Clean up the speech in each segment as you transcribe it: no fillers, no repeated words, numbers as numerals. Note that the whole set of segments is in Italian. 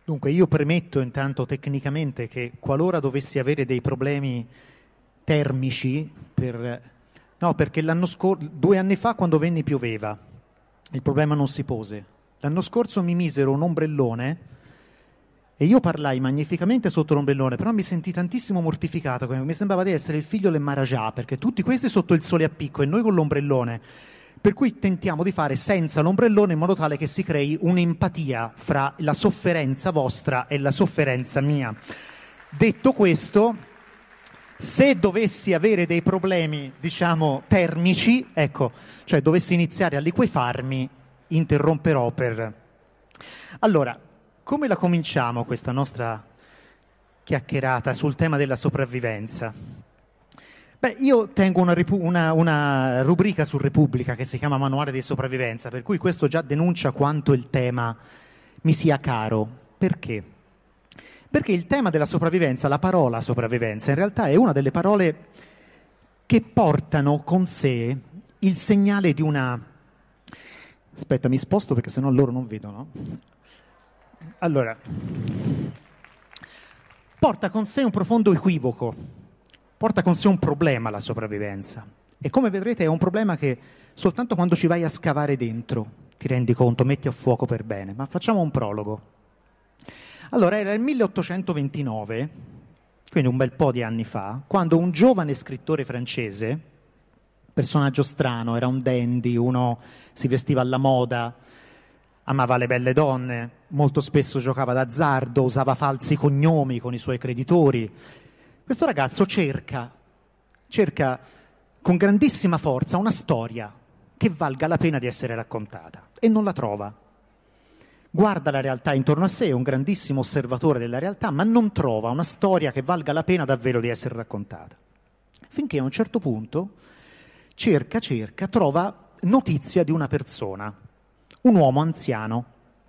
Dunque, io premetto intanto tecnicamente che qualora dovessi avere dei problemi termici, no, perché 2 anni fa quando venni pioveva, il problema non si pose. L'anno scorso mi misero un ombrellone e io parlai magnificamente sotto l'ombrellone, però mi sentii tantissimo mortificato, mi sembrava di essere il figlio del Maharaja, perché tutti questi sotto il sole a picco e noi con l'ombrellone. Per cui tentiamo di fare senza l'ombrellone in modo tale che si crei un'empatia fra la sofferenza vostra e la sofferenza mia. Detto questo, se dovessi avere dei problemi, diciamo, termici, ecco, cioè dovessi iniziare a liquefarmi, interromperò per... Allora, come la cominciamo questa nostra chiacchierata sul tema della sopravvivenza? Beh, io tengo una rubrica su Repubblica che si chiama Manuale di sopravvivenza, per cui questo già denuncia quanto il tema mi sia caro. Perché? Perché il tema della sopravvivenza, la parola sopravvivenza, in realtà è una delle parole che portano con sé il segnale di una... Aspetta, mi sposto perché sennò loro non vedono. Allora, porta con sé un profondo equivoco. Porta con sé un problema la sopravvivenza e come vedrete è un problema che soltanto quando ci vai a scavare dentro ti rendi conto, metti a fuoco per bene. Ma facciamo un prologo. Allora era il 1829, quindi un bel po' di anni fa, quando un giovane scrittore francese, personaggio strano, era un dandy, uno si vestiva alla moda, amava le belle donne, molto spesso giocava d'azzardo, usava falsi cognomi con i suoi creditori. Questo ragazzo cerca con grandissima forza una storia che valga la pena di essere raccontata e non la trova. Guarda la realtà intorno a sé, è un grandissimo osservatore della realtà, ma non trova una storia che valga la pena davvero di essere raccontata. Finché a un certo punto cerca, trova notizia di una persona, un uomo anziano,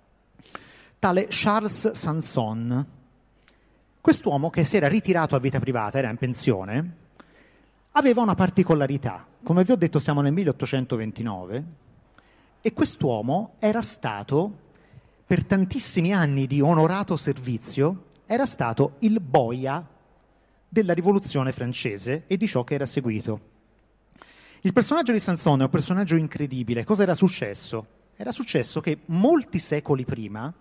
tale Charles Sanson. Quest'uomo, che si era ritirato a vita privata, era in pensione, aveva una particolarità. Come vi ho detto, siamo nel 1829 e quest'uomo era stato, per tantissimi anni di onorato servizio, era stato il boia della rivoluzione francese e di ciò che era seguito. Il personaggio di Sanson è un personaggio incredibile. Cosa era successo? Era successo che molti secoli prima,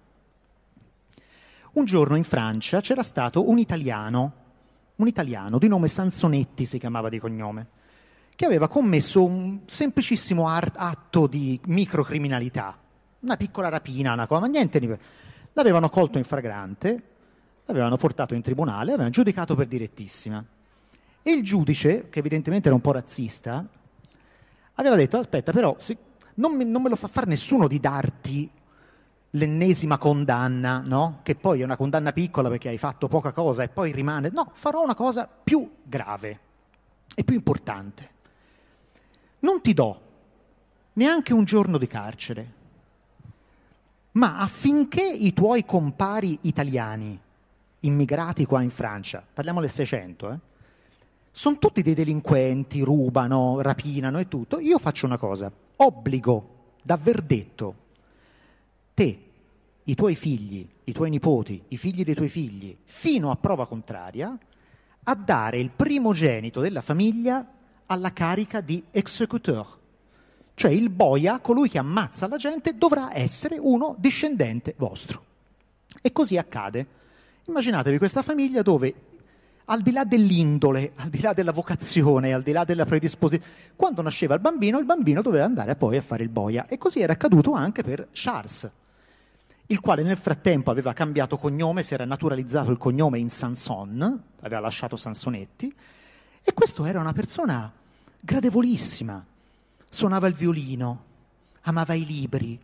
un giorno in Francia c'era stato un italiano di nome Sansonetti, si chiamava di cognome, che aveva commesso un semplicissimo atto di microcriminalità, una piccola rapina, una cosa, ma niente. L'avevano colto in flagrante, l'avevano portato in tribunale, l'avevano giudicato per direttissima. E il giudice, che evidentemente era un po' razzista, aveva detto: aspetta, però non me lo fa fare nessuno di darti l'ennesima condanna, no? Che poi è una condanna piccola perché hai fatto poca cosa e poi rimane... No, farò una cosa più grave e più importante. Non ti do neanche un giorno di carcere, ma affinché i tuoi compari italiani, immigrati qua in Francia, parliamo del 600, sono tutti dei delinquenti, rubano, rapinano e tutto, io faccio una cosa, obbligo da verdetto te, i tuoi figli, i tuoi nipoti, i figli dei tuoi figli, fino a prova contraria, a dare il primogenito della famiglia alla carica di executeur. Cioè il boia, colui che ammazza la gente, dovrà essere uno discendente vostro. E così accade. Immaginatevi questa famiglia dove, al di là dell'indole, al di là della vocazione, al di là della predisposizione, quando nasceva il bambino doveva andare poi a fare il boia. E così era accaduto anche per Charles, il quale nel frattempo aveva cambiato cognome, si era naturalizzato il cognome in Sanson, aveva lasciato Sansonetti, e questo era una persona gradevolissima. Suonava il violino, amava i libri,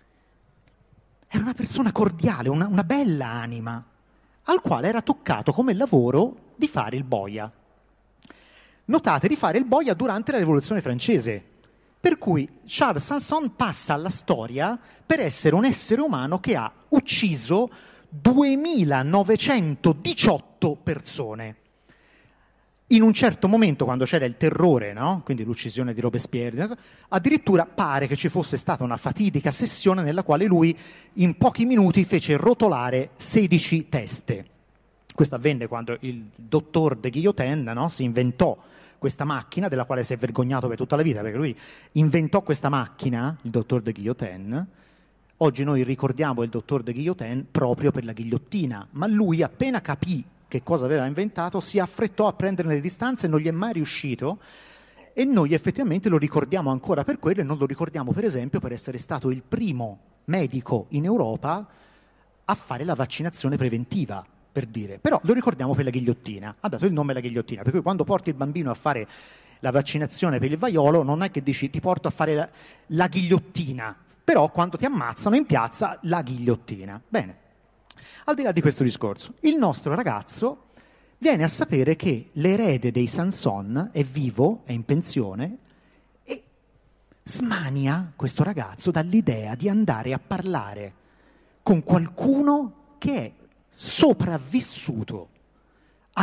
era una persona cordiale, una bella anima, al quale era toccato come lavoro di fare il boia. Notate, di fare il boia durante la Rivoluzione francese, per cui Charles Sanson passa alla storia per essere un essere umano che ha ucciso 2918 persone. In un certo momento, quando c'era il terrore, no? Quindi l'uccisione di Robespierre, addirittura pare che ci fosse stata una fatidica sessione nella quale lui in pochi minuti fece rotolare 16 teste. Questo avvenne quando il dottor de Guillotin, no? Si inventò questa macchina, della quale si è vergognato per tutta la vita, perché lui inventò questa macchina, il dottor de Guillotin. Oggi noi ricordiamo il dottor de Guillotin proprio per la ghigliottina, ma lui appena capì che cosa aveva inventato, si affrettò a prenderne le distanze e non gli è mai riuscito, e noi effettivamente lo ricordiamo ancora per quello, e non lo ricordiamo per esempio per essere stato il primo medico in Europa a fare la vaccinazione preventiva, per dire. Però lo ricordiamo per la ghigliottina, ha dato il nome alla ghigliottina, per cui quando porti il bambino a fare la vaccinazione per il vaiolo non è che dici ti porto a fare la ghigliottina, però quando ti ammazzano in piazza la ghigliottina. Bene. Al di là di questo discorso, il nostro ragazzo viene a sapere che l'erede dei Sanson è vivo, è in pensione, e smania questo ragazzo dall'idea di andare a parlare con qualcuno che è sopravvissuto a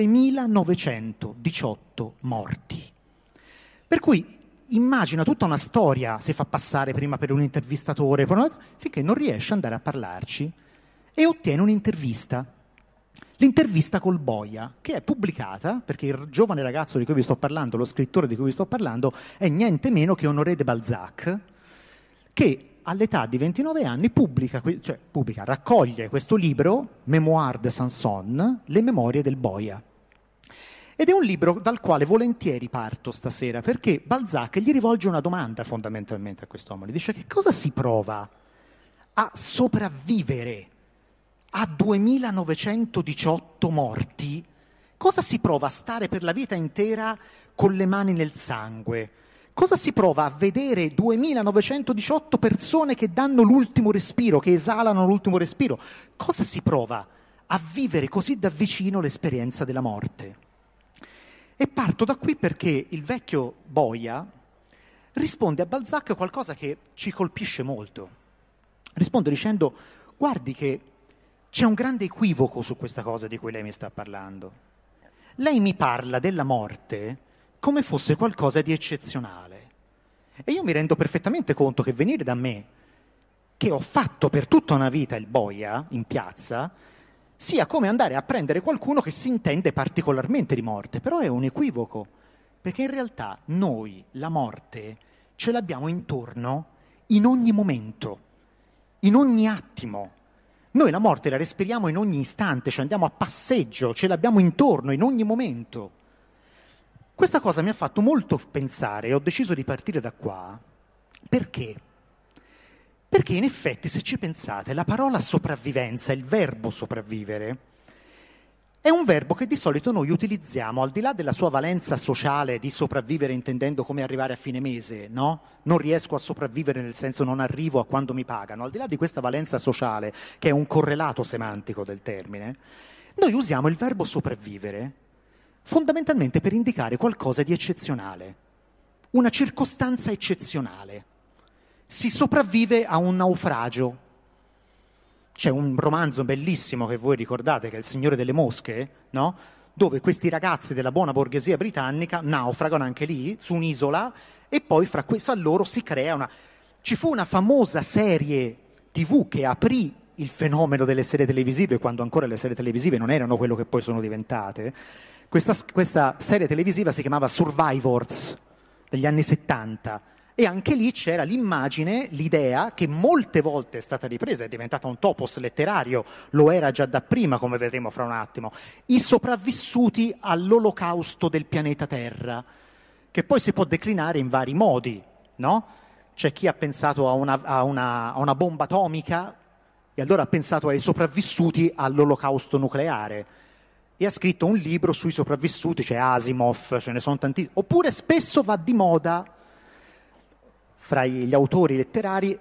2918 morti. Per cui immagina tutta una storia, si fa passare prima per un intervistatore, finché non riesce ad andare a parlarci, e ottiene un'intervista, l'intervista col boia, che è pubblicata, perché il giovane ragazzo di cui vi sto parlando, lo scrittore di cui vi sto parlando, è niente meno che Honoré de Balzac, che all'età di 29 anni raccoglie questo libro, Mémoires de Sanson, le memorie del boia. Ed è un libro dal quale volentieri parto stasera, perché Balzac gli rivolge una domanda fondamentalmente a quest'uomo. Gli dice: che cosa si prova a sopravvivere a 2918 morti? Cosa si prova a stare per la vita intera con le mani nel sangue? Cosa si prova a vedere 2918 persone che danno l'ultimo respiro, che esalano l'ultimo respiro? Cosa si prova a vivere così da vicino l'esperienza della morte? E parto da qui perché il vecchio boia risponde a Balzac qualcosa che ci colpisce molto. Risponde dicendo: guardi che c'è un grande equivoco su questa cosa di cui lei mi sta parlando. Lei mi parla della morte come fosse qualcosa di eccezionale. E io mi rendo perfettamente conto che venire da me, che ho fatto per tutta una vita il boia in piazza, sia come andare a prendere qualcuno che si intende particolarmente di morte. Però è un equivoco, perché in realtà noi la morte ce l'abbiamo intorno in ogni momento, in ogni attimo. Noi la morte la respiriamo in ogni istante, ci andiamo a passeggio, ce l'abbiamo intorno in ogni momento. Questa cosa mi ha fatto molto pensare e ho deciso di partire da qua. Perché? Perché in effetti, se ci pensate, la parola sopravvivenza, il verbo sopravvivere, è un verbo che di solito noi utilizziamo, al di là della sua valenza sociale di sopravvivere intendendo come arrivare a fine mese, no? Non riesco a sopravvivere nel senso non arrivo a quando mi pagano. Al di là di questa valenza sociale, che è un correlato semantico del termine, noi usiamo il verbo sopravvivere fondamentalmente per indicare qualcosa di eccezionale, una circostanza eccezionale. Si sopravvive a un naufragio. C'è un romanzo bellissimo che voi ricordate, che è Il Signore delle Mosche, no? Dove questi ragazzi della buona borghesia britannica naufragano anche lì, su un'isola, e poi fra loro si crea una... Ci fu una famosa serie TV che aprì il fenomeno delle serie televisive, quando ancora le serie televisive non erano quello che poi sono diventate. Questa serie televisiva si chiamava Survivors, degli anni 70, e anche lì c'era l'immagine, l'idea, che molte volte è stata ripresa, è diventata un topos letterario, lo era già da prima, come vedremo fra un attimo, i sopravvissuti all'olocausto del pianeta Terra, che poi si può declinare in vari modi, no? C'è chi ha pensato a una bomba atomica e allora ha pensato ai sopravvissuti all'olocausto nucleare e ha scritto un libro sui sopravvissuti, c'è Asimov, ce ne sono tanti, oppure spesso va di moda fra gli autori letterari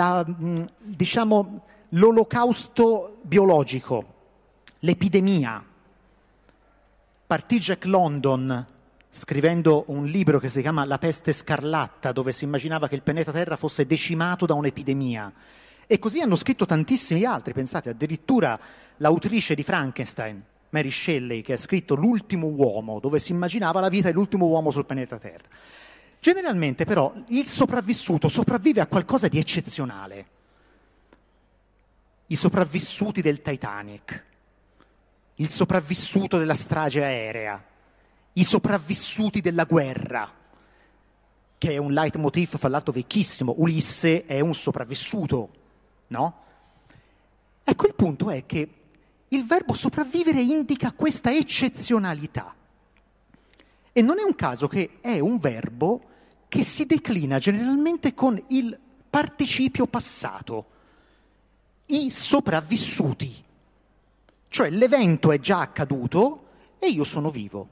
l'olocausto biologico, l'epidemia. Partì Jack London scrivendo un libro che si chiama La peste scarlatta, dove si immaginava che il pianeta Terra fosse decimato da un'epidemia. E così hanno scritto tantissimi altri, pensate, addirittura l'autrice di Frankenstein, Mary Shelley, che ha scritto L'ultimo uomo, dove si immaginava la vita dell'ultimo uomo sul pianeta Terra. Generalmente però il sopravvissuto sopravvive a qualcosa di eccezionale. I sopravvissuti del Titanic, il sopravvissuto della strage aerea, i sopravvissuti della guerra, che è un leitmotiv fra l'altro vecchissimo. Ulisse è un sopravvissuto, no? Ecco, il punto è che il verbo sopravvivere indica questa eccezionalità. E non è un caso che è un verbo che si declina generalmente con il participio passato. I sopravvissuti. Cioè l'evento è già accaduto e io sono vivo.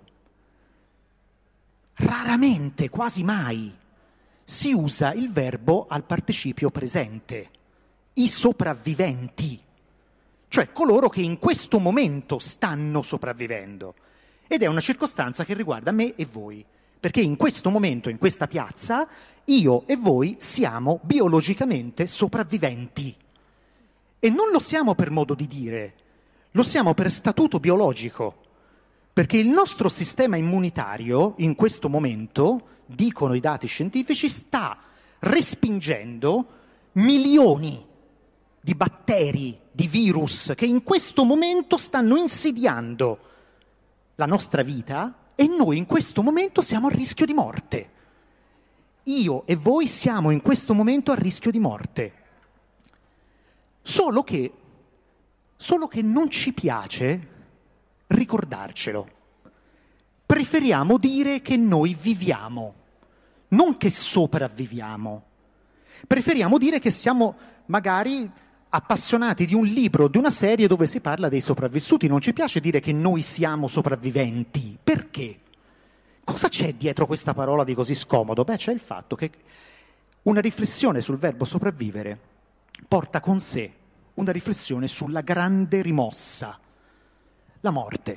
Raramente, quasi mai, si usa il verbo al participio presente. I sopravviventi. Cioè coloro che in questo momento stanno sopravvivendo. Ed è una circostanza che riguarda me e voi. Perché in questo momento, in questa piazza, io e voi siamo biologicamente sopravviventi. E non lo siamo per modo di dire, lo siamo per statuto biologico. Perché il nostro sistema immunitario, in questo momento, dicono i dati scientifici, sta respingendo milioni di batteri, di virus, che in questo momento stanno insidiando la nostra vita e noi in questo momento siamo a rischio di morte. Io e voi siamo in questo momento a rischio di morte. Solo che non ci piace ricordarcelo. Preferiamo dire che noi viviamo, non che sopravviviamo. Preferiamo dire che siamo magari appassionati di un libro, di una serie dove si parla dei sopravvissuti. Non ci piace dire che noi siamo sopravviventi. Perché? Cosa c'è dietro questa parola di così scomodo? Beh, c'è il fatto che una riflessione sul verbo sopravvivere porta con sé una riflessione sulla grande rimossa, la morte.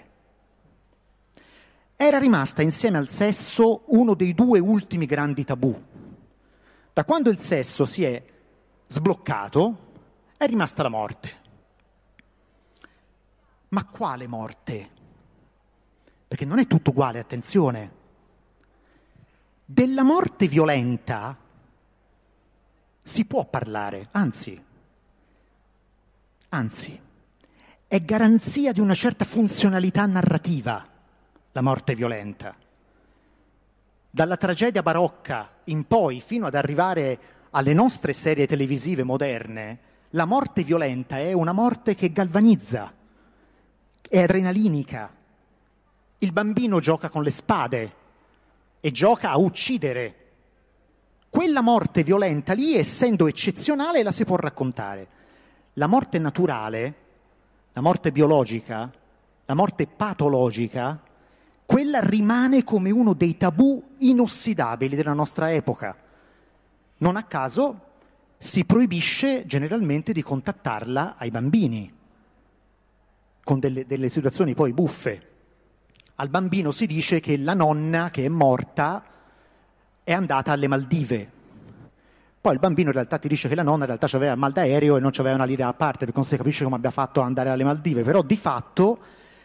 Era rimasta insieme al sesso uno dei due ultimi grandi tabù. Da quando il sesso si è sbloccato, è rimasta la morte. Ma quale morte? Perché non è tutto uguale, attenzione. Della morte violenta si può parlare, anzi, è garanzia di una certa funzionalità narrativa la morte violenta. Dalla tragedia barocca in poi, fino ad arrivare alle nostre serie televisive moderne, la morte violenta è una morte che galvanizza, è adrenalinica. Il bambino gioca con le spade e gioca a uccidere. Quella morte violenta lì, essendo eccezionale, la si può raccontare. La morte naturale, la morte biologica, la morte patologica, quella rimane come uno dei tabù inossidabili della nostra epoca. Non a caso si proibisce generalmente di contattarla ai bambini, con delle situazioni poi buffe. Al bambino si dice che la nonna che è morta è andata alle Maldive. Poi il bambino in realtà ti dice che la nonna in realtà aveva il mal d'aereo e non aveva una lira a parte, perché non si capisce come abbia fatto ad andare alle Maldive. Però di fatto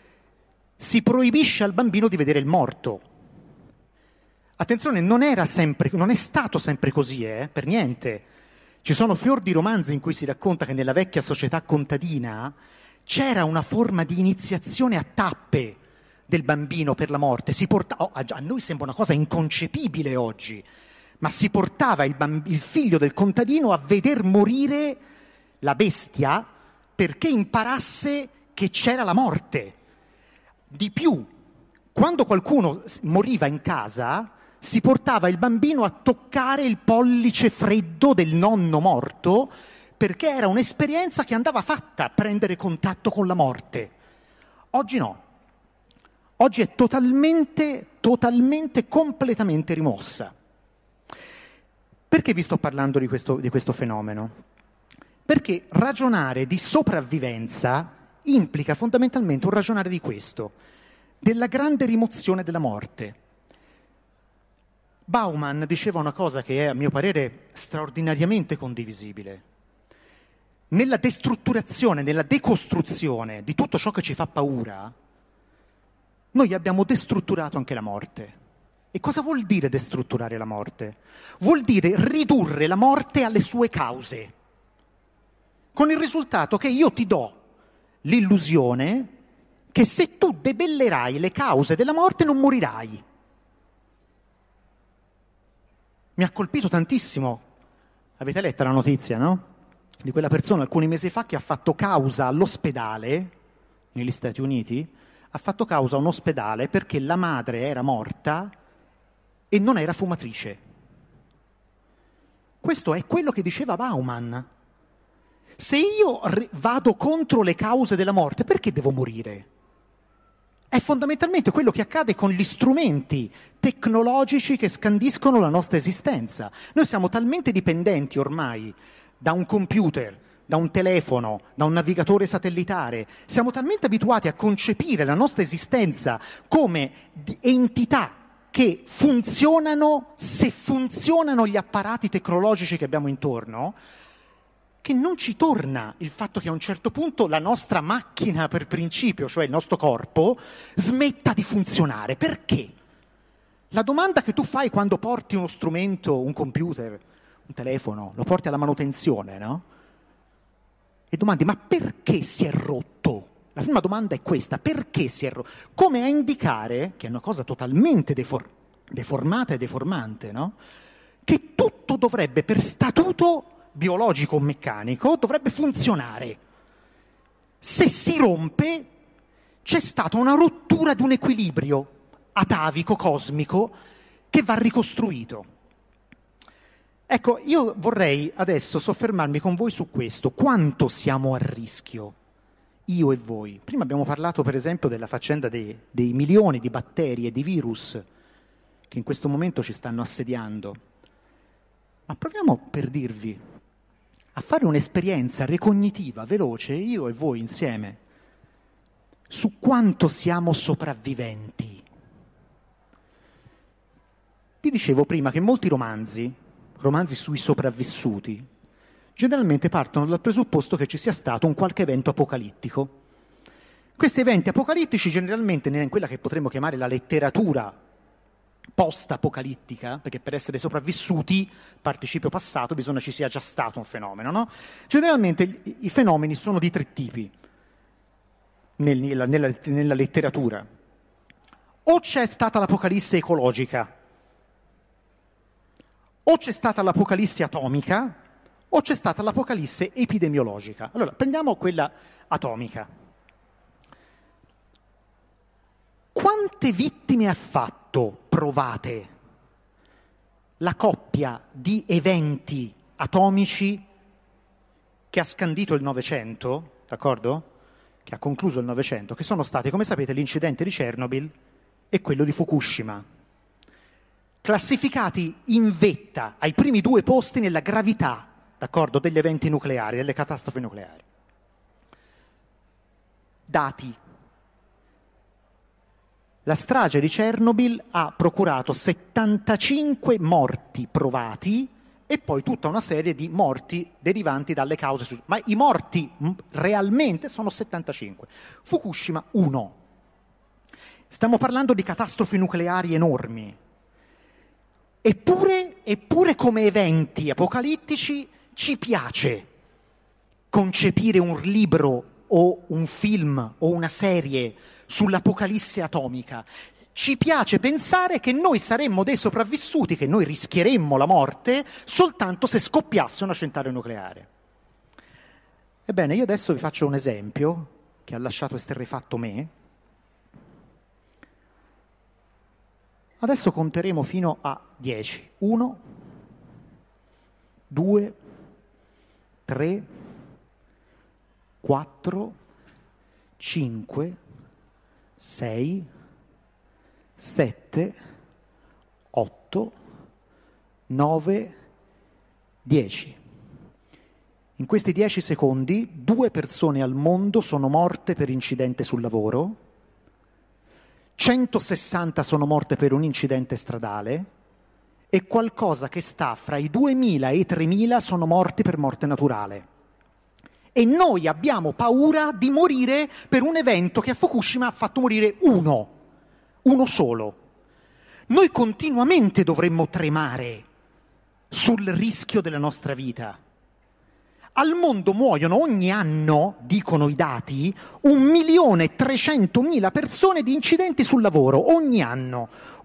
si proibisce al bambino di vedere il morto. Attenzione, non è stato sempre così, per niente. Ci sono fior di romanzi in cui si racconta che nella vecchia società contadina c'era una forma di iniziazione a tappe del bambino per la morte. A noi sembra una cosa inconcepibile oggi, ma si portava il figlio del contadino a veder morire la bestia perché imparasse che c'era la morte. Di più, quando qualcuno moriva in casa, si portava il bambino a toccare il pollice freddo del nonno morto, perché era un'esperienza che andava fatta a prendere contatto con la morte. Oggi no. Oggi è totalmente, completamente rimossa. Perché vi sto parlando di questo fenomeno? Perché ragionare di sopravvivenza implica fondamentalmente un ragionare di questo, della grande rimozione della morte. Bauman diceva una cosa che è, a mio parere, straordinariamente condivisibile. Nella destrutturazione, nella decostruzione di tutto ciò che ci fa paura, noi abbiamo destrutturato anche la morte. E cosa vuol dire destrutturare la morte? Vuol dire ridurre la morte alle sue cause, con il risultato che io ti do l'illusione che se tu debellerai le cause della morte non morirai. Mi ha colpito tantissimo, avete letto la notizia, no? Di quella persona alcuni mesi fa che ha fatto causa all'ospedale, negli Stati Uniti, ha fatto causa a un ospedale perché la madre era morta e non era fumatrice. Questo è quello che diceva Bauman. Se io vado contro le cause della morte, perché devo morire? È fondamentalmente quello che accade con gli strumenti tecnologici che scandiscono la nostra esistenza. Noi siamo talmente dipendenti ormai da un computer, da un telefono, da un navigatore satellitare, siamo talmente abituati a concepire la nostra esistenza come entità che funzionano se funzionano gli apparati tecnologici che abbiamo intorno, che non ci torna il fatto che a un certo punto la nostra macchina per principio, cioè il nostro corpo, smetta di funzionare. Perché? La domanda che tu fai quando porti uno strumento, un computer, un telefono, lo porti alla manutenzione, no? E domandi, ma perché si è rotto? La prima domanda è questa, perché si è rotto? Come a indicare, che è una cosa totalmente deformata e deformante, no? Che tutto dovrebbe per statuto biologico o meccanico dovrebbe funzionare. Se si rompe, c'è stata una rottura di un equilibrio atavico, cosmico, che va ricostruito. Ecco, io vorrei adesso soffermarmi con voi su questo. Quanto siamo a rischio, io e voi? Prima abbiamo parlato, per esempio, della faccenda dei milioni di batteri e di virus che in questo momento ci stanno assediando. Ma proviamo, per dirvi, a fare un'esperienza recognitiva, veloce, io e voi insieme, su quanto siamo sopravviventi. Vi dicevo prima che molti romanzi sui sopravvissuti, generalmente partono dal presupposto che ci sia stato un qualche evento apocalittico. Questi eventi apocalittici generalmente, in quella che potremmo chiamare la letteratura post-apocalittica, perché per essere sopravvissuti, participio passato, bisogna ci sia già stato un fenomeno, no? Generalmente i fenomeni sono di tre tipi nella letteratura. O c'è stata l'apocalisse ecologica, o c'è stata l'apocalisse atomica, o c'è stata l'apocalisse epidemiologica. Allora, prendiamo quella atomica. Quante vittime ha fatto, provate, la coppia di eventi atomici che ha scandito il Novecento, d'accordo? Che ha concluso il Novecento, che sono stati, come sapete, l'incidente di Chernobyl e quello di Fukushima, classificati in vetta ai primi due posti nella gravità, d'accordo, degli eventi nucleari, delle catastrofi nucleari. Dati. La strage di Chernobyl ha procurato 75 morti provati e poi tutta una serie di morti derivanti dalle cause. Ma i morti realmente sono 75. Fukushima 1. Stiamo parlando di catastrofi nucleari enormi. Eppure come eventi apocalittici ci piace concepire un libro o un film o una serie sull'apocalisse atomica. Ci piace pensare che noi saremmo dei sopravvissuti, che noi rischieremmo la morte soltanto se scoppiasse una centrale nucleare. Ebbene, io adesso vi faccio un esempio che ha lasciato esterrefatto me. Adesso conteremo fino a 10. 1, 2, 3, 4, 5, 6, 7, 8, 9, 10. In questi 10 secondi 2 persone al mondo sono morte per incidente sul lavoro, 160 sono morte per un incidente stradale e qualcosa che sta fra i 2000 e i 3000 sono morti per morte naturale. E noi abbiamo paura di morire per un evento che a Fukushima ha fatto morire 1. uno solo. Noi continuamente dovremmo tremare sul rischio della nostra vita. Al mondo muoiono ogni anno, dicono i dati, 1.300.000 persone di incidenti sul lavoro. Ogni anno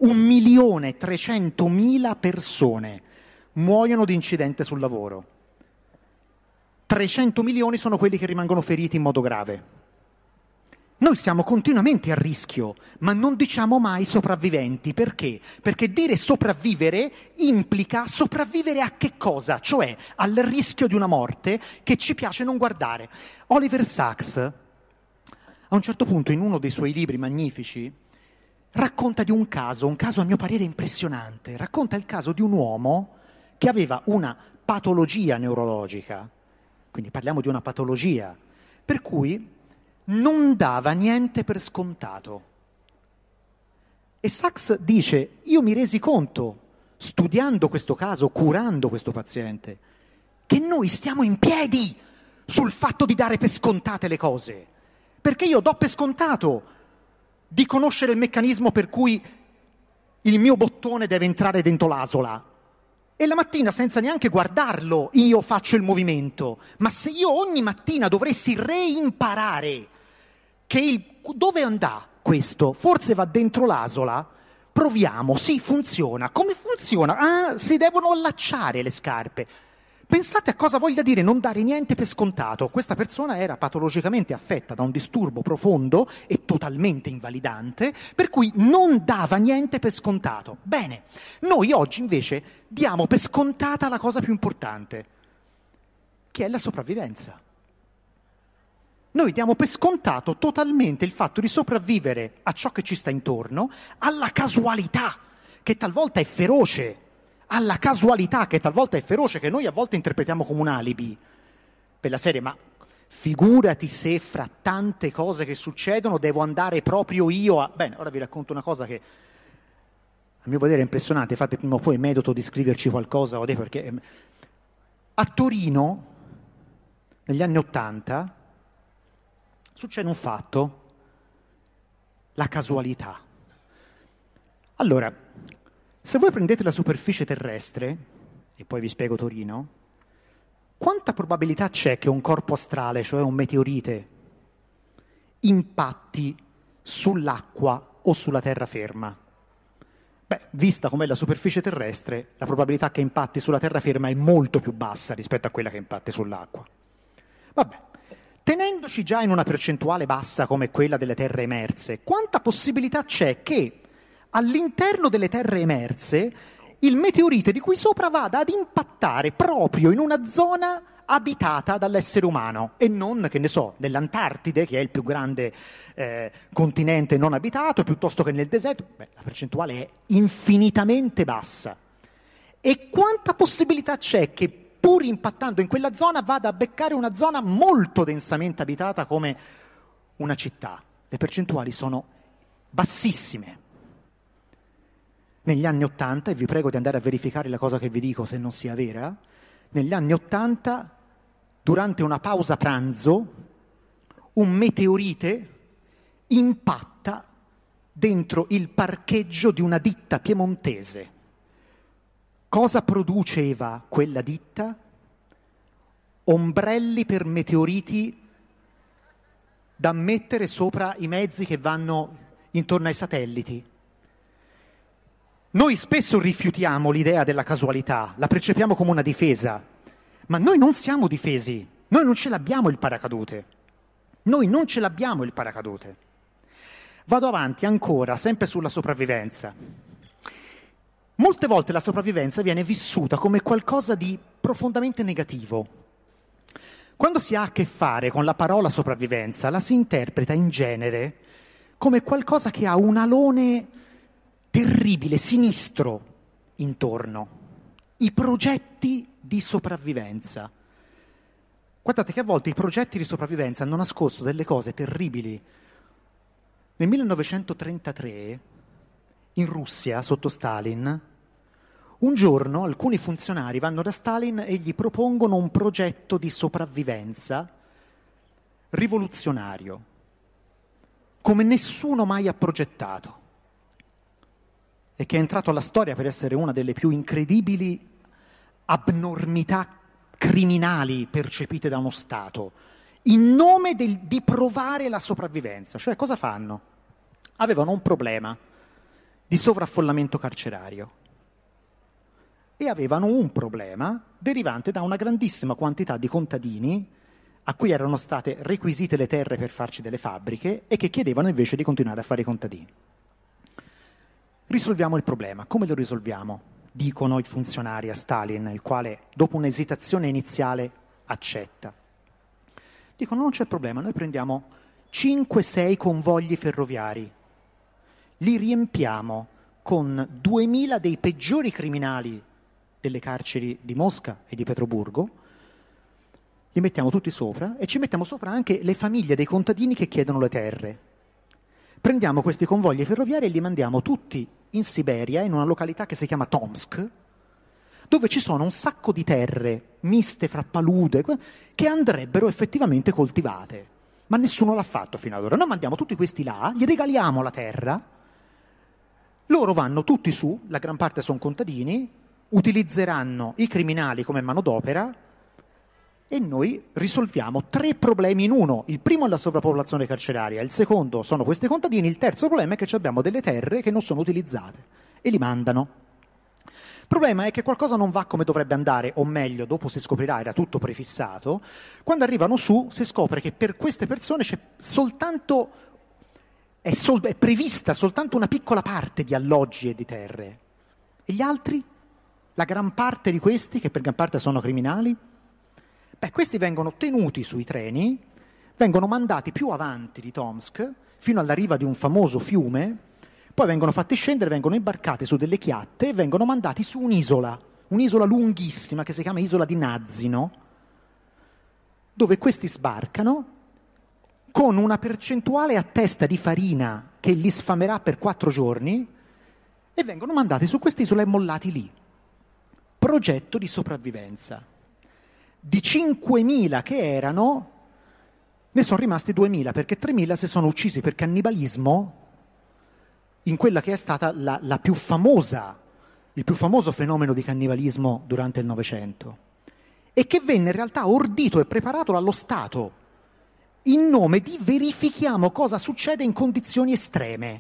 1.300.000 persone muoiono di incidente sul lavoro. 300 milioni sono quelli che rimangono feriti in modo grave. Noi siamo continuamente a rischio, ma non diciamo mai sopravviventi. Perché? Perché dire sopravvivere implica sopravvivere a che cosa? Cioè al rischio di una morte che ci piace non guardare. Oliver Sacks, a un certo punto in uno dei suoi libri magnifici, racconta di un caso a mio parere impressionante. Racconta il caso di un uomo che aveva una patologia neurologica, quindi parliamo di una patologia, per cui non dava niente per scontato. E Sacks dice, io mi resi conto, studiando questo caso, curando questo paziente, che noi stiamo in piedi sul fatto di dare per scontate le cose. Perché io do per scontato di conoscere il meccanismo per cui il mio bottone deve entrare dentro l'asola. E la mattina, senza neanche guardarlo, io faccio il movimento. Ma se io ogni mattina dovessi reimparare dove andà questo? Forse va dentro l'asola? Proviamo, sì, funziona. Come funziona? Ah, si devono allacciare le scarpe. Pensate a cosa voglia dire non dare niente per scontato. Questa persona era patologicamente affetta da un disturbo profondo e totalmente invalidante, per cui non dava niente per scontato. Bene, noi oggi invece diamo per scontata la cosa più importante, che è la sopravvivenza. Noi diamo per scontato totalmente il fatto di sopravvivere a ciò che ci sta intorno, alla casualità, che talvolta è feroce, alla casualità che talvolta è feroce, che noi a volte interpretiamo come un alibi, per la serie, ma figurati se fra tante cose che succedono devo andare proprio io a... Bene, ora vi racconto una cosa che a mio vedere è impressionante, infatti prima o poi medito di scriverci qualcosa, perché a Torino, negli anni '80, succede un fatto, la casualità. Allora, se voi prendete la superficie terrestre, e poi vi spiego Torino, quanta probabilità c'è che un corpo astrale, cioè un meteorite, impatti sull'acqua o sulla terraferma? Beh, vista com'è la superficie terrestre, la probabilità che impatti sulla terraferma è molto più bassa rispetto a quella che impatti sull'acqua. Vabbè, tenendoci già in una percentuale bassa come quella delle terre emerse, quanta possibilità c'è che all'interno delle terre emerse il meteorite di cui sopra vada ad impattare proprio in una zona abitata dall'essere umano e non, che ne so, nell'Antartide, che è il più grande continente non abitato, piuttosto che nel deserto? Beh, la percentuale è infinitamente bassa. E quanta possibilità c'è che pur impattando in quella zona vada a beccare una zona molto densamente abitata come una città? Le percentuali sono bassissime. Negli anni '80, e vi prego di andare a verificare la cosa che vi dico se non sia vera, negli anni '80, durante una pausa pranzo, un meteorite impatta dentro il parcheggio di una ditta piemontese. Cosa produceva quella ditta? Ombrelli per meteoriti da mettere sopra i mezzi che vanno intorno ai satelliti. Noi spesso rifiutiamo l'idea della casualità, la percepiamo come una difesa, ma noi non siamo difesi, noi non ce l'abbiamo il paracadute. Noi non ce l'abbiamo il paracadute. Vado avanti ancora, sempre sulla sopravvivenza. Molte volte la sopravvivenza viene vissuta come qualcosa di profondamente negativo. Quando si ha a che fare con la parola sopravvivenza, la si interpreta in genere come qualcosa che ha un alone terribile, sinistro intorno. I progetti di sopravvivenza. Guardate che a volte i progetti di sopravvivenza hanno nascosto delle cose terribili. Nel 1933, in Russia, sotto Stalin, un giorno alcuni funzionari vanno da Stalin e gli propongono un progetto di sopravvivenza rivoluzionario, come nessuno mai ha progettato. e che è entrato alla storia per essere una delle più incredibili abnormità criminali percepite da uno Stato, in nome di provare la sopravvivenza. Cioè, cosa fanno? Avevano un problema di sovraffollamento carcerario e avevano un problema derivante da una grandissima quantità di contadini a cui erano state requisite le terre per farci delle fabbriche e che chiedevano invece di continuare a fare i contadini. Risolviamo il problema. Come lo risolviamo? Dicono i funzionari a Stalin, il quale, dopo un'esitazione iniziale, accetta. Dicono: non c'è problema, noi prendiamo 5-6 convogli ferroviari, li riempiamo con 2000 dei peggiori criminali delle carceri di Mosca e di Pietroburgo, li mettiamo tutti sopra e ci mettiamo sopra anche le famiglie dei contadini che chiedono le terre. Prendiamo questi convogli ferroviari e li mandiamo tutti in Siberia, in una località che si chiama Tomsk, dove ci sono un sacco di terre miste fra palude che andrebbero effettivamente coltivate. Ma nessuno l'ha fatto fino ad ora. Noi mandiamo tutti questi là, gli regaliamo la terra, loro vanno tutti su, la gran parte sono contadini, utilizzeranno i criminali come manodopera e noi risolviamo 3 problemi in uno. Il primo è la sovrappopolazione carceraria, il secondo sono questi contadini, il terzo problema è che abbiamo delle terre che non sono utilizzate e li mandano. Il problema è che qualcosa non va come dovrebbe andare, o meglio, dopo si scoprirà, era tutto prefissato. Quando arrivano su si scopre che per queste persone c'è soltanto, è prevista soltanto una piccola parte di alloggi e di terre. E gli altri? La gran parte di questi, che per gran parte sono criminali? Beh, questi vengono tenuti sui treni, vengono mandati più avanti di Tomsk, fino alla riva di un famoso fiume, poi vengono fatti scendere, vengono imbarcati su delle chiatte e vengono mandati su un'isola lunghissima che si chiama Isola di Nazino, dove questi sbarcano con una percentuale a testa di farina che li sfamerà per 4 giorni e vengono mandati su quest'isola e mollati lì. Progetto di sopravvivenza. Di 5.000 che erano, ne sono rimasti 2.000, perché 3.000 si sono uccisi per cannibalismo in quella che è stata la più famosa, il più famoso fenomeno di cannibalismo durante il Novecento, e che venne in realtà ordito e preparato dallo Stato in nome di verifichiamo cosa succede in condizioni estreme.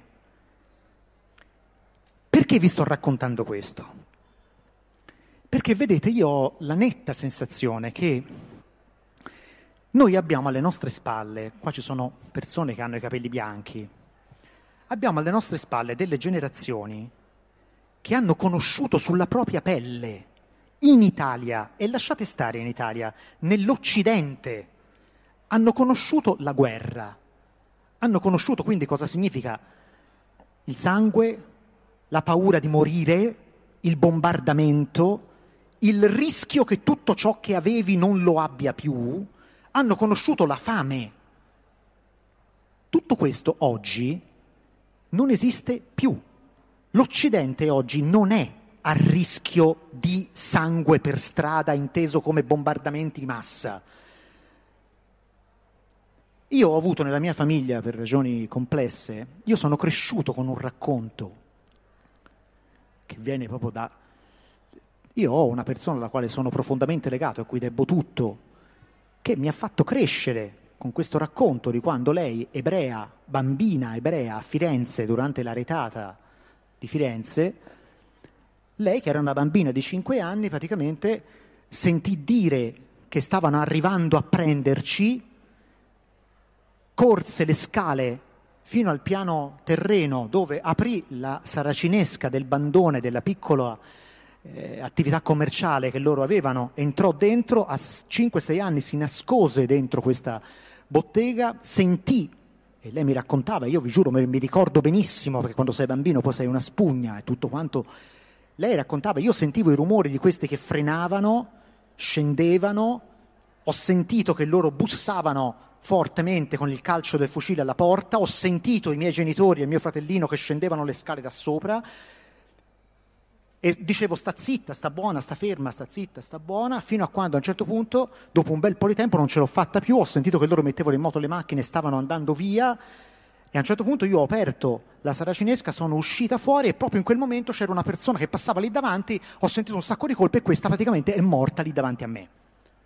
Perché vi sto raccontando questo? Perché vedete, io ho la netta sensazione che noi abbiamo alle nostre spalle, qua ci sono persone che hanno i capelli bianchi, abbiamo alle nostre spalle delle generazioni che hanno conosciuto sulla propria pelle in Italia, e lasciate stare in Italia, nell'Occidente, hanno conosciuto la guerra, hanno conosciuto quindi cosa significa il sangue, la paura di morire, il bombardamento, il rischio che tutto ciò che avevi non lo abbia più, hanno conosciuto la fame. Tutto questo oggi non esiste più. L'Occidente oggi non è a rischio di sangue per strada, inteso come bombardamenti di massa. Io ho avuto nella mia famiglia, per ragioni complesse, io sono cresciuto con un racconto che viene proprio da... Io ho una persona alla quale sono profondamente legato, a cui debbo tutto, che mi ha fatto crescere con questo racconto di quando lei, ebrea, bambina ebrea a Firenze, durante la retata di Firenze, lei che era una bambina di 5 anni praticamente sentì dire che stavano arrivando a prenderci, corse le scale fino al piano terreno dove aprì la saracinesca del bandone della piccola attività commerciale che loro avevano, entrò dentro, a 5-6 anni si nascose dentro questa bottega, sentì, e lei mi raccontava, io vi giuro mi ricordo benissimo, perché quando sei bambino poi sei una spugna e tutto quanto, lei raccontava, io sentivo i rumori di questi che frenavano, scendevano, ho sentito che loro bussavano fortemente con il calcio del fucile alla porta, ho sentito i miei genitori e mio fratellino che scendevano le scale da sopra e dicevo sta zitta, sta buona, sta ferma, sta zitta, sta buona, fino a quando a un certo punto, dopo un bel po' di tempo, non ce l'ho fatta più, ho sentito che loro mettevano in moto le macchine, stavano andando via E a un certo punto io ho aperto la saracinesca, sono uscita fuori e proprio in quel momento c'era una persona che passava lì davanti, ho sentito un sacco di colpi e questa praticamente è morta lì davanti a me.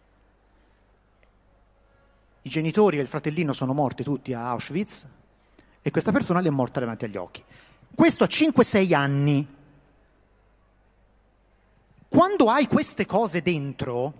I genitori e il fratellino sono morti tutti a Auschwitz e questa persona li è morta davanti agli occhi. Questo a 5-6 anni. Quando hai queste cose dentro,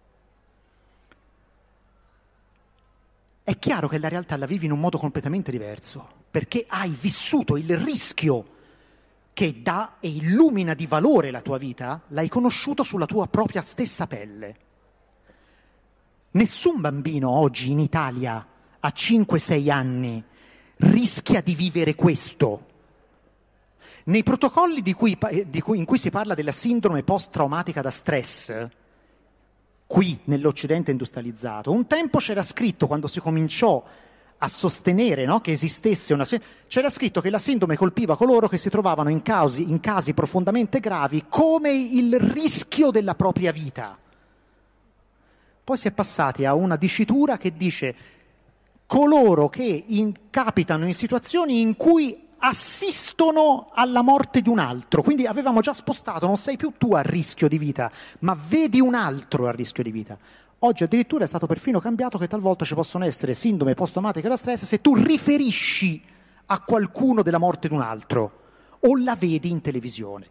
è chiaro che la realtà la vivi in un modo completamente diverso, perché hai vissuto il rischio che dà e illumina di valore la tua vita, l'hai conosciuto sulla tua propria stessa pelle. Nessun bambino oggi in Italia a 5-6 anni rischia di vivere questo. Nei protocolli in cui si parla della sindrome post-traumatica da stress, qui nell'Occidente industrializzato, un tempo c'era scritto, quando si cominciò a sostenere, no, che esistesse c'era scritto che la sindrome colpiva coloro che si trovavano in casi profondamente gravi come il rischio della propria vita. Poi si è passati a una dicitura che dice coloro che capitano in situazioni in cui assistono alla morte di un altro. Quindi avevamo già spostato, non sei più tu a rischio di vita, ma vedi un altro a rischio di vita. Oggi addirittura è stato perfino cambiato che talvolta ci possono essere sindrome post-traumatica da stress se tu riferisci a qualcuno della morte di un altro o la vedi in televisione.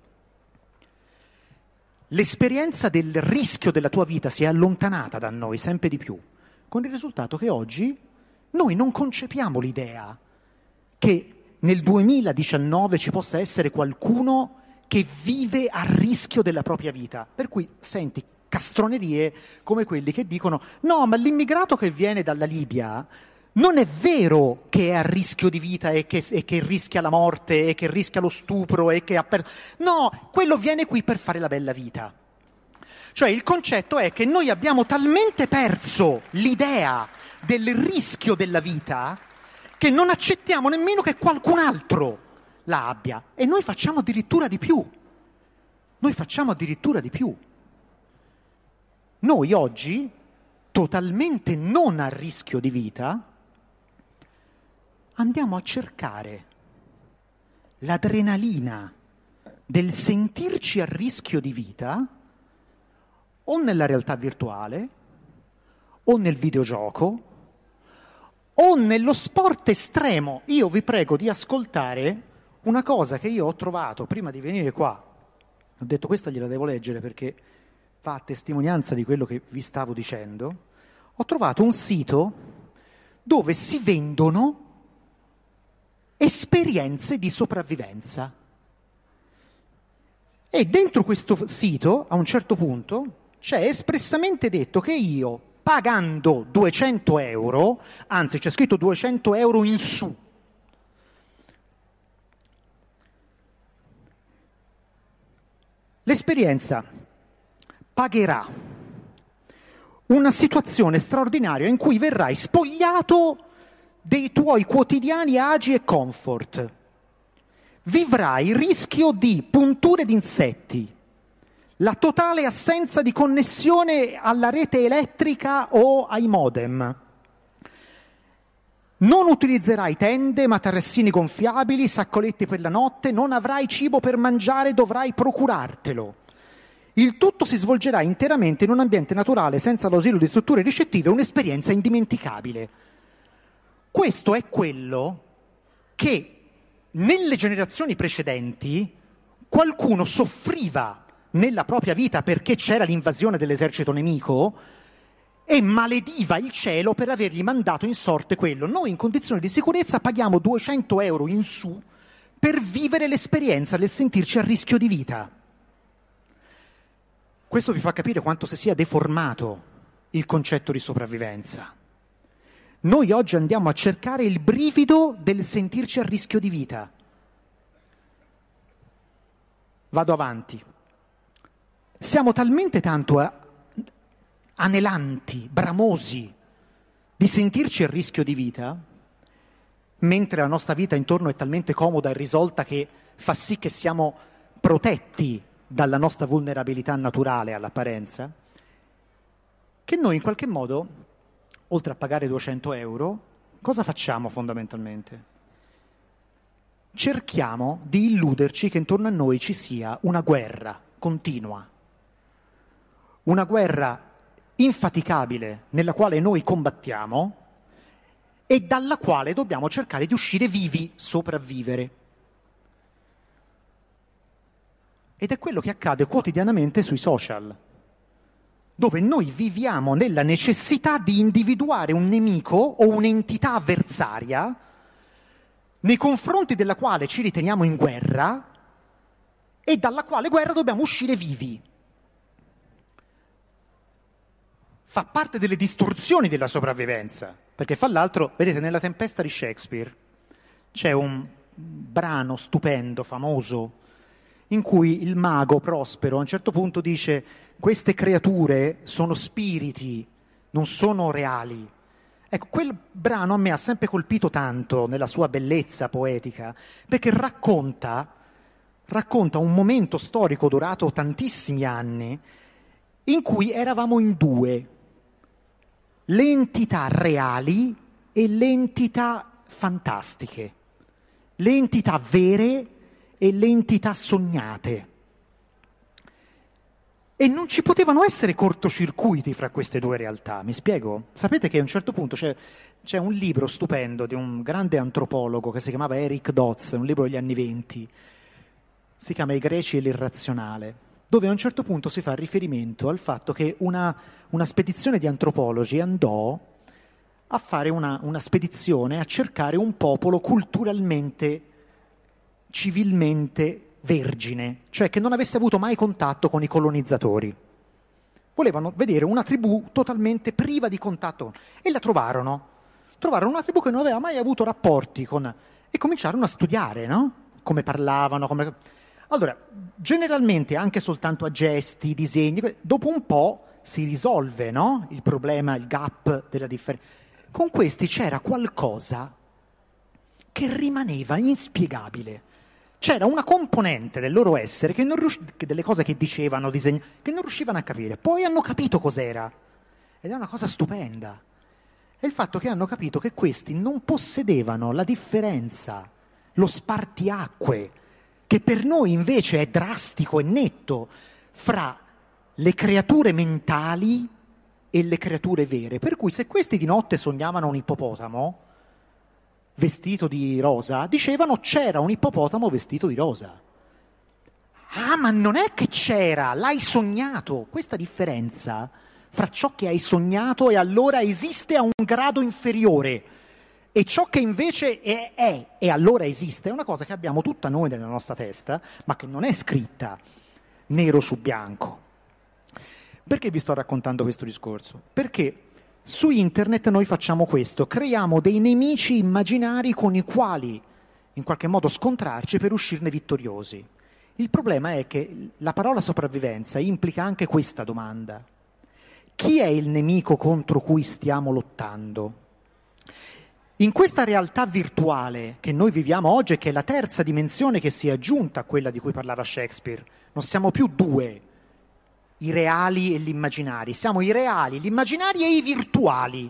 L'esperienza del rischio della tua vita si è allontanata da noi sempre di più, con il risultato che oggi noi non concepiamo l'idea che nel 2019 ci possa essere qualcuno che vive a rischio della propria vita. Per cui senti castronerie come quelli che dicono no, ma l'immigrato che viene dalla Libia non è vero che è a rischio di vita e che rischia la morte e che rischia lo stupro e che no, quello viene qui per fare la bella vita. Cioè il concetto è che noi abbiamo talmente perso l'idea del rischio della vita che non accettiamo nemmeno che qualcun altro la abbia. E noi facciamo addirittura di più. Noi oggi, totalmente non a rischio di vita, andiamo a cercare l'adrenalina del sentirci a rischio di vita o nella realtà virtuale, o nel videogioco, o nello sport estremo. Io vi prego di ascoltare una cosa che io ho trovato prima di venire qua. Ho detto questa gliela devo leggere perché fa testimonianza di quello che vi stavo dicendo. Ho trovato un sito dove si vendono esperienze di sopravvivenza. E dentro questo sito, a un certo punto, c'è espressamente detto che io, pagando 200 euro, anzi c'è scritto 200 euro in su, l'esperienza pagherà una situazione straordinaria in cui verrai spogliato dei tuoi quotidiani agi e comfort. Vivrai il rischio di punture di insetti, la totale assenza di connessione alla rete elettrica o ai modem. Non utilizzerai tende, materassini gonfiabili, saccoletti per la notte, non avrai cibo per mangiare, dovrai procurartelo. Il tutto si svolgerà interamente in un ambiente naturale, senza l'ausilio di strutture ricettive, un'esperienza indimenticabile. Questo è quello che nelle generazioni precedenti qualcuno soffriva nella propria vita perché c'era l'invasione dell'esercito nemico e malediva il cielo per avergli mandato in sorte quello. Noi in condizioni di sicurezza paghiamo 200 euro in su per vivere l'esperienza del sentirci a rischio di vita. Questo vi fa capire quanto si sia deformato il concetto di sopravvivenza. Noi oggi andiamo a cercare il brivido del sentirci a rischio di vita. Vado avanti. Siamo talmente tanto anelanti, bramosi di sentirci a rischio di vita, mentre la nostra vita intorno è talmente comoda e risolta che fa sì che siamo protetti dalla nostra vulnerabilità naturale all'apparenza, che noi in qualche modo, oltre a pagare 200 euro, cosa facciamo fondamentalmente? cerchiamo di illuderci che intorno a noi ci sia una guerra continua, una guerra infaticabile nella quale noi combattiamo e dalla quale dobbiamo cercare di uscire vivi, sopravvivere. Ed è quello che accade quotidianamente sui social, dove noi viviamo nella necessità di individuare un nemico o un'entità avversaria nei confronti della quale ci riteniamo in guerra e dalla quale guerra dobbiamo uscire vivi. Fa parte delle distorsioni della sopravvivenza, perché fa l'altro, vedete, nella Tempesta di Shakespeare c'è un brano stupendo, famoso, in cui il mago Prospero a un certo punto dice: queste creature sono spiriti, non sono reali. Ecco, quel brano a me ha sempre colpito tanto nella sua bellezza poetica, perché racconta un momento storico durato tantissimi anni, in cui eravamo in due: le entità reali e le entità fantastiche, le entità vere e le entità sognate. E non ci potevano essere cortocircuiti fra queste due realtà, mi spiego? Sapete che a un certo punto c'è un libro stupendo di un grande antropologo che si chiamava Eric Dodds, un libro degli anni *20, si chiama I Greci e l'irrazionale, dove a un certo punto si fa riferimento al fatto che una spedizione di antropologi andò a fare una spedizione a cercare un popolo culturalmente, civilmente vergine, cioè che non avesse avuto mai contatto con i colonizzatori. Volevano vedere una tribù totalmente priva di contatto e la trovarono. Trovarono una tribù che non aveva mai avuto rapporti con... e cominciarono a studiare, no? Come parlavano, Allora, generalmente anche soltanto a gesti, disegni, dopo un po' si risolve, no? Il problema, il gap della differenza. Con questi c'era qualcosa che rimaneva inspiegabile. C'era una componente del loro essere che delle cose che dicevano, che non riuscivano a capire. Poi hanno capito cos'era. Ed è una cosa stupenda. È il fatto che hanno capito che questi non possedevano la differenza, lo spartiacque, che per noi invece è drastico e netto, fra le creature mentali e le creature vere. Per cui se questi di notte sognavano un ippopotamo vestito di rosa, dicevano c'era un ippopotamo vestito di rosa. Ah, ma non è che c'era, l'hai sognato. Questa differenza fra ciò che hai sognato e allora esiste a un grado inferiore e ciò che invece è e allora esiste, è una cosa che abbiamo tutta noi nella nostra testa, ma che non è scritta nero su bianco. Perché vi sto raccontando questo discorso? Perché su internet noi facciamo questo, creiamo dei nemici immaginari con i quali in qualche modo scontrarci per uscirne vittoriosi. Il problema è che la parola sopravvivenza implica anche questa domanda: chi è il nemico contro cui stiamo lottando? In questa realtà virtuale che noi viviamo oggi e che è la terza dimensione che si è aggiunta a quella di cui parlava Shakespeare, non siamo più due, i reali e gli immaginari, siamo i reali, gli immaginari e i virtuali,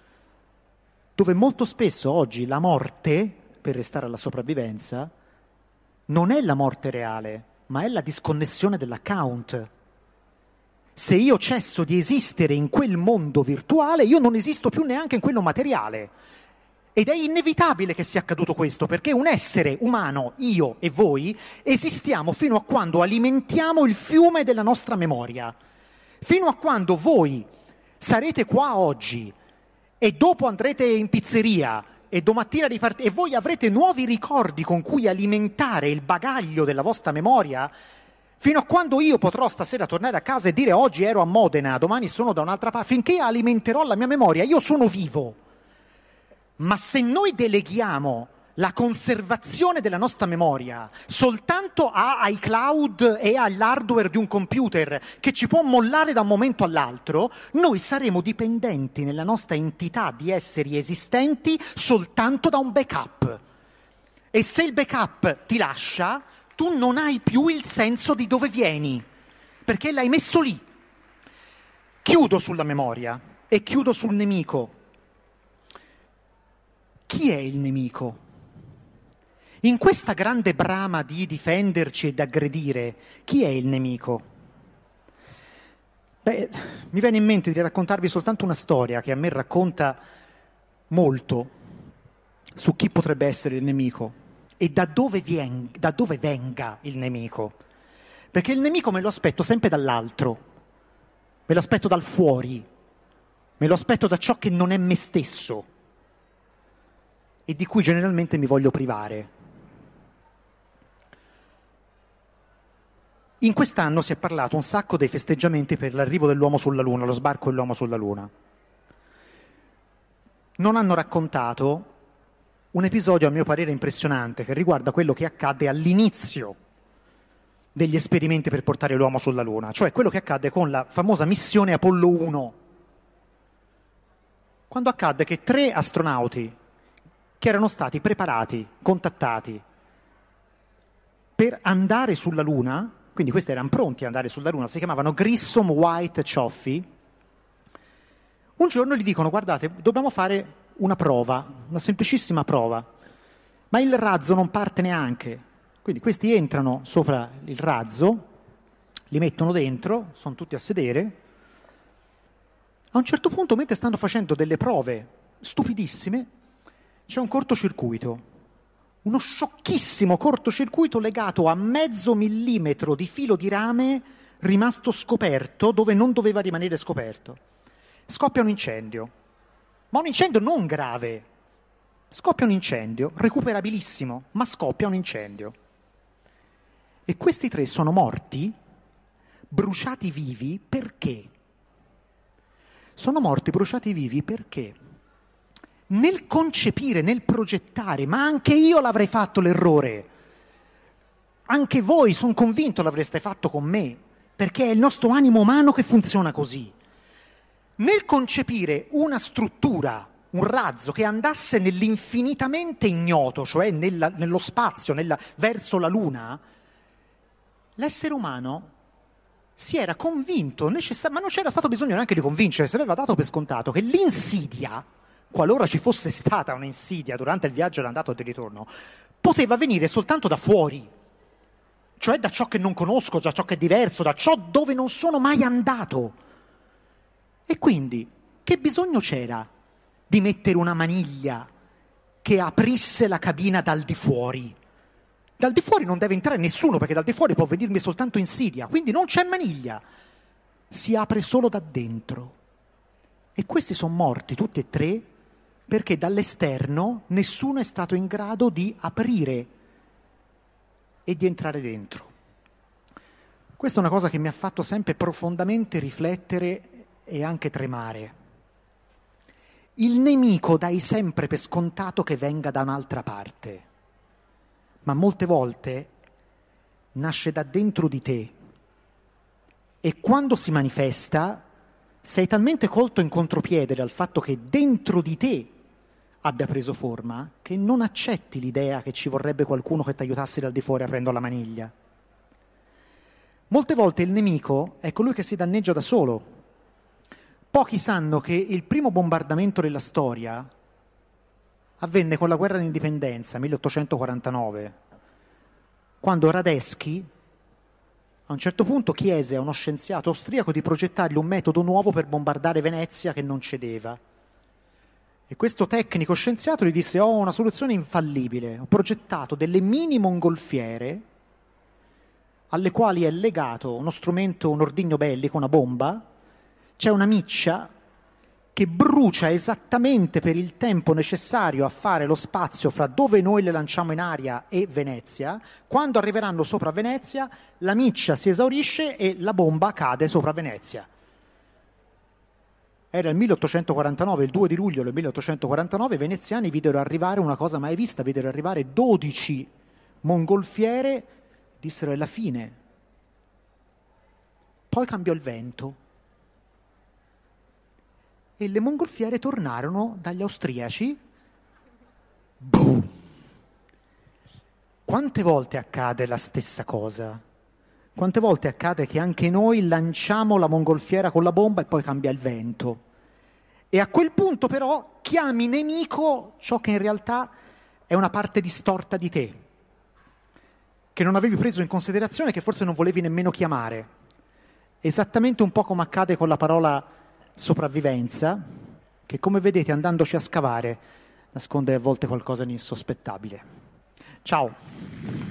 dove molto spesso oggi la morte, per restare alla sopravvivenza, non è la morte reale, ma è la disconnessione dell'account. Se io cesso di esistere in quel mondo virtuale, io non esisto più neanche in quello materiale. Ed è inevitabile che sia accaduto questo, perché un essere umano, io e voi, esistiamo fino a quando alimentiamo il fiume della nostra memoria. Fino a quando voi sarete qua oggi e dopo andrete in pizzeria e domattina ripartite e voi avrete nuovi ricordi con cui alimentare il bagaglio della vostra memoria, fino a quando io potrò stasera tornare a casa e dire oggi ero a Modena, domani sono da un'altra parte, finché alimenterò la mia memoria, io sono vivo. Ma se noi deleghiamo la conservazione della nostra memoria soltanto ai cloud e all'hardware di un computer che ci può mollare da un momento all'altro, noi saremo dipendenti nella nostra entità di esseri esistenti soltanto da un backup. E se il backup ti lascia, tu non hai più il senso di dove vieni, perché l'hai messo lì. Chiudo sulla memoria e chiudo sul nemico. Chi è il nemico? In questa grande brama di difenderci e di aggredire, chi è il nemico? Beh, mi viene in mente di raccontarvi soltanto una storia che a me racconta molto su chi potrebbe essere il nemico e da dove venga il nemico. Perché il nemico me lo aspetto sempre dall'altro, me lo aspetto dal fuori, me lo aspetto da ciò che non è me stesso e di cui generalmente mi voglio privare. In quest'anno si è parlato un sacco dei festeggiamenti per l'arrivo dell'uomo sulla Luna, lo sbarco dell'uomo sulla Luna. Non hanno raccontato un episodio a mio parere impressionante che riguarda quello che accadde all'inizio degli esperimenti per portare l'uomo sulla Luna, cioè quello che accadde con la famosa missione Apollo 1, quando accadde che 3 astronauti che erano stati preparati, contattati per andare sulla Luna, quindi questi erano pronti ad andare sulla Luna, si chiamavano Grissom, White e Cioffi, un giorno gli dicono: guardate, dobbiamo fare una prova, una semplicissima prova, ma il razzo non parte neanche. Quindi questi entrano sopra il razzo, li mettono dentro, sono tutti a sedere. A un certo punto, mentre stanno facendo delle prove stupidissime, c'è un cortocircuito. Uno sciocchissimo cortocircuito legato a 0,5 millimetro di filo di rame rimasto scoperto dove non doveva rimanere scoperto. Scoppia un incendio, ma un incendio non grave. Scoppia un incendio, recuperabilissimo, ma scoppia un incendio. E questi 3 sono morti, bruciati vivi, perché? Sono morti bruciati vivi perché nel concepire, nel progettare, ma anche io l'avrei fatto l'errore, anche voi, sono convinto, l'avreste fatto con me, perché è il nostro animo umano che funziona così. Nel concepire una struttura, un razzo che andasse nell'infinitamente ignoto, cioè nello spazio, verso la Luna, l'essere umano si era convinto, ma non c'era stato bisogno neanche di convincere, si aveva dato per scontato che l'insidia, qualora ci fosse stata un'insidia durante il viaggio all'andata o del ritorno, poteva venire soltanto da fuori, cioè da ciò che non conosco, da ciò che è diverso, da ciò dove non sono mai andato. E quindi, che bisogno c'era di mettere una maniglia che aprisse la cabina dal di fuori? Dal di fuori non deve entrare nessuno, perché dal di fuori può venirmi soltanto insidia, quindi non c'è maniglia. Si apre solo da dentro. E questi sono morti tutti e 3 perché dall'esterno nessuno è stato in grado di aprire e di entrare dentro. Questa è una cosa che mi ha fatto sempre profondamente riflettere e anche tremare. Il nemico dai sempre per scontato che venga da un'altra parte, ma molte volte nasce da dentro di te e quando si manifesta sei talmente colto in contropiede dal fatto che dentro di te abbia preso forma che non accetti l'idea che ci vorrebbe qualcuno che ti aiutasse dal di fuori aprendo la maniglia. Molte volte il nemico è colui che si danneggia da solo. Pochi sanno che il primo bombardamento della storia avvenne con la guerra d'indipendenza, 1849, quando Radetzky a un certo punto chiese a uno scienziato austriaco di progettargli un metodo nuovo per bombardare Venezia che non cedeva. E questo tecnico scienziato gli disse: ho una soluzione infallibile, ho progettato delle mini mongolfiere alle quali è legato uno strumento, un ordigno bellico, una bomba, c'è una miccia che brucia esattamente per il tempo necessario a fare lo spazio fra dove noi le lanciamo in aria e Venezia. Quando arriveranno sopra Venezia, la miccia si esaurisce e la bomba cade sopra Venezia. Era il 1849, il 2 di luglio del 1849, i veneziani videro arrivare una cosa mai vista, videro arrivare 12 mongolfiere, dissero: è la fine. Poi cambiò il vento e le mongolfiere tornarono dagli austriaci. Boom! Quante volte accade la stessa cosa? Quante volte accade che anche noi lanciamo la mongolfiera con la bomba e poi cambia il vento? E a quel punto però chiami nemico ciò che in realtà è una parte distorta di te, che non avevi preso in considerazione, che forse non volevi nemmeno chiamare. Esattamente un po' come accade con la parola sopravvivenza, che come vedete andandoci a scavare nasconde a volte qualcosa di insospettabile. Ciao!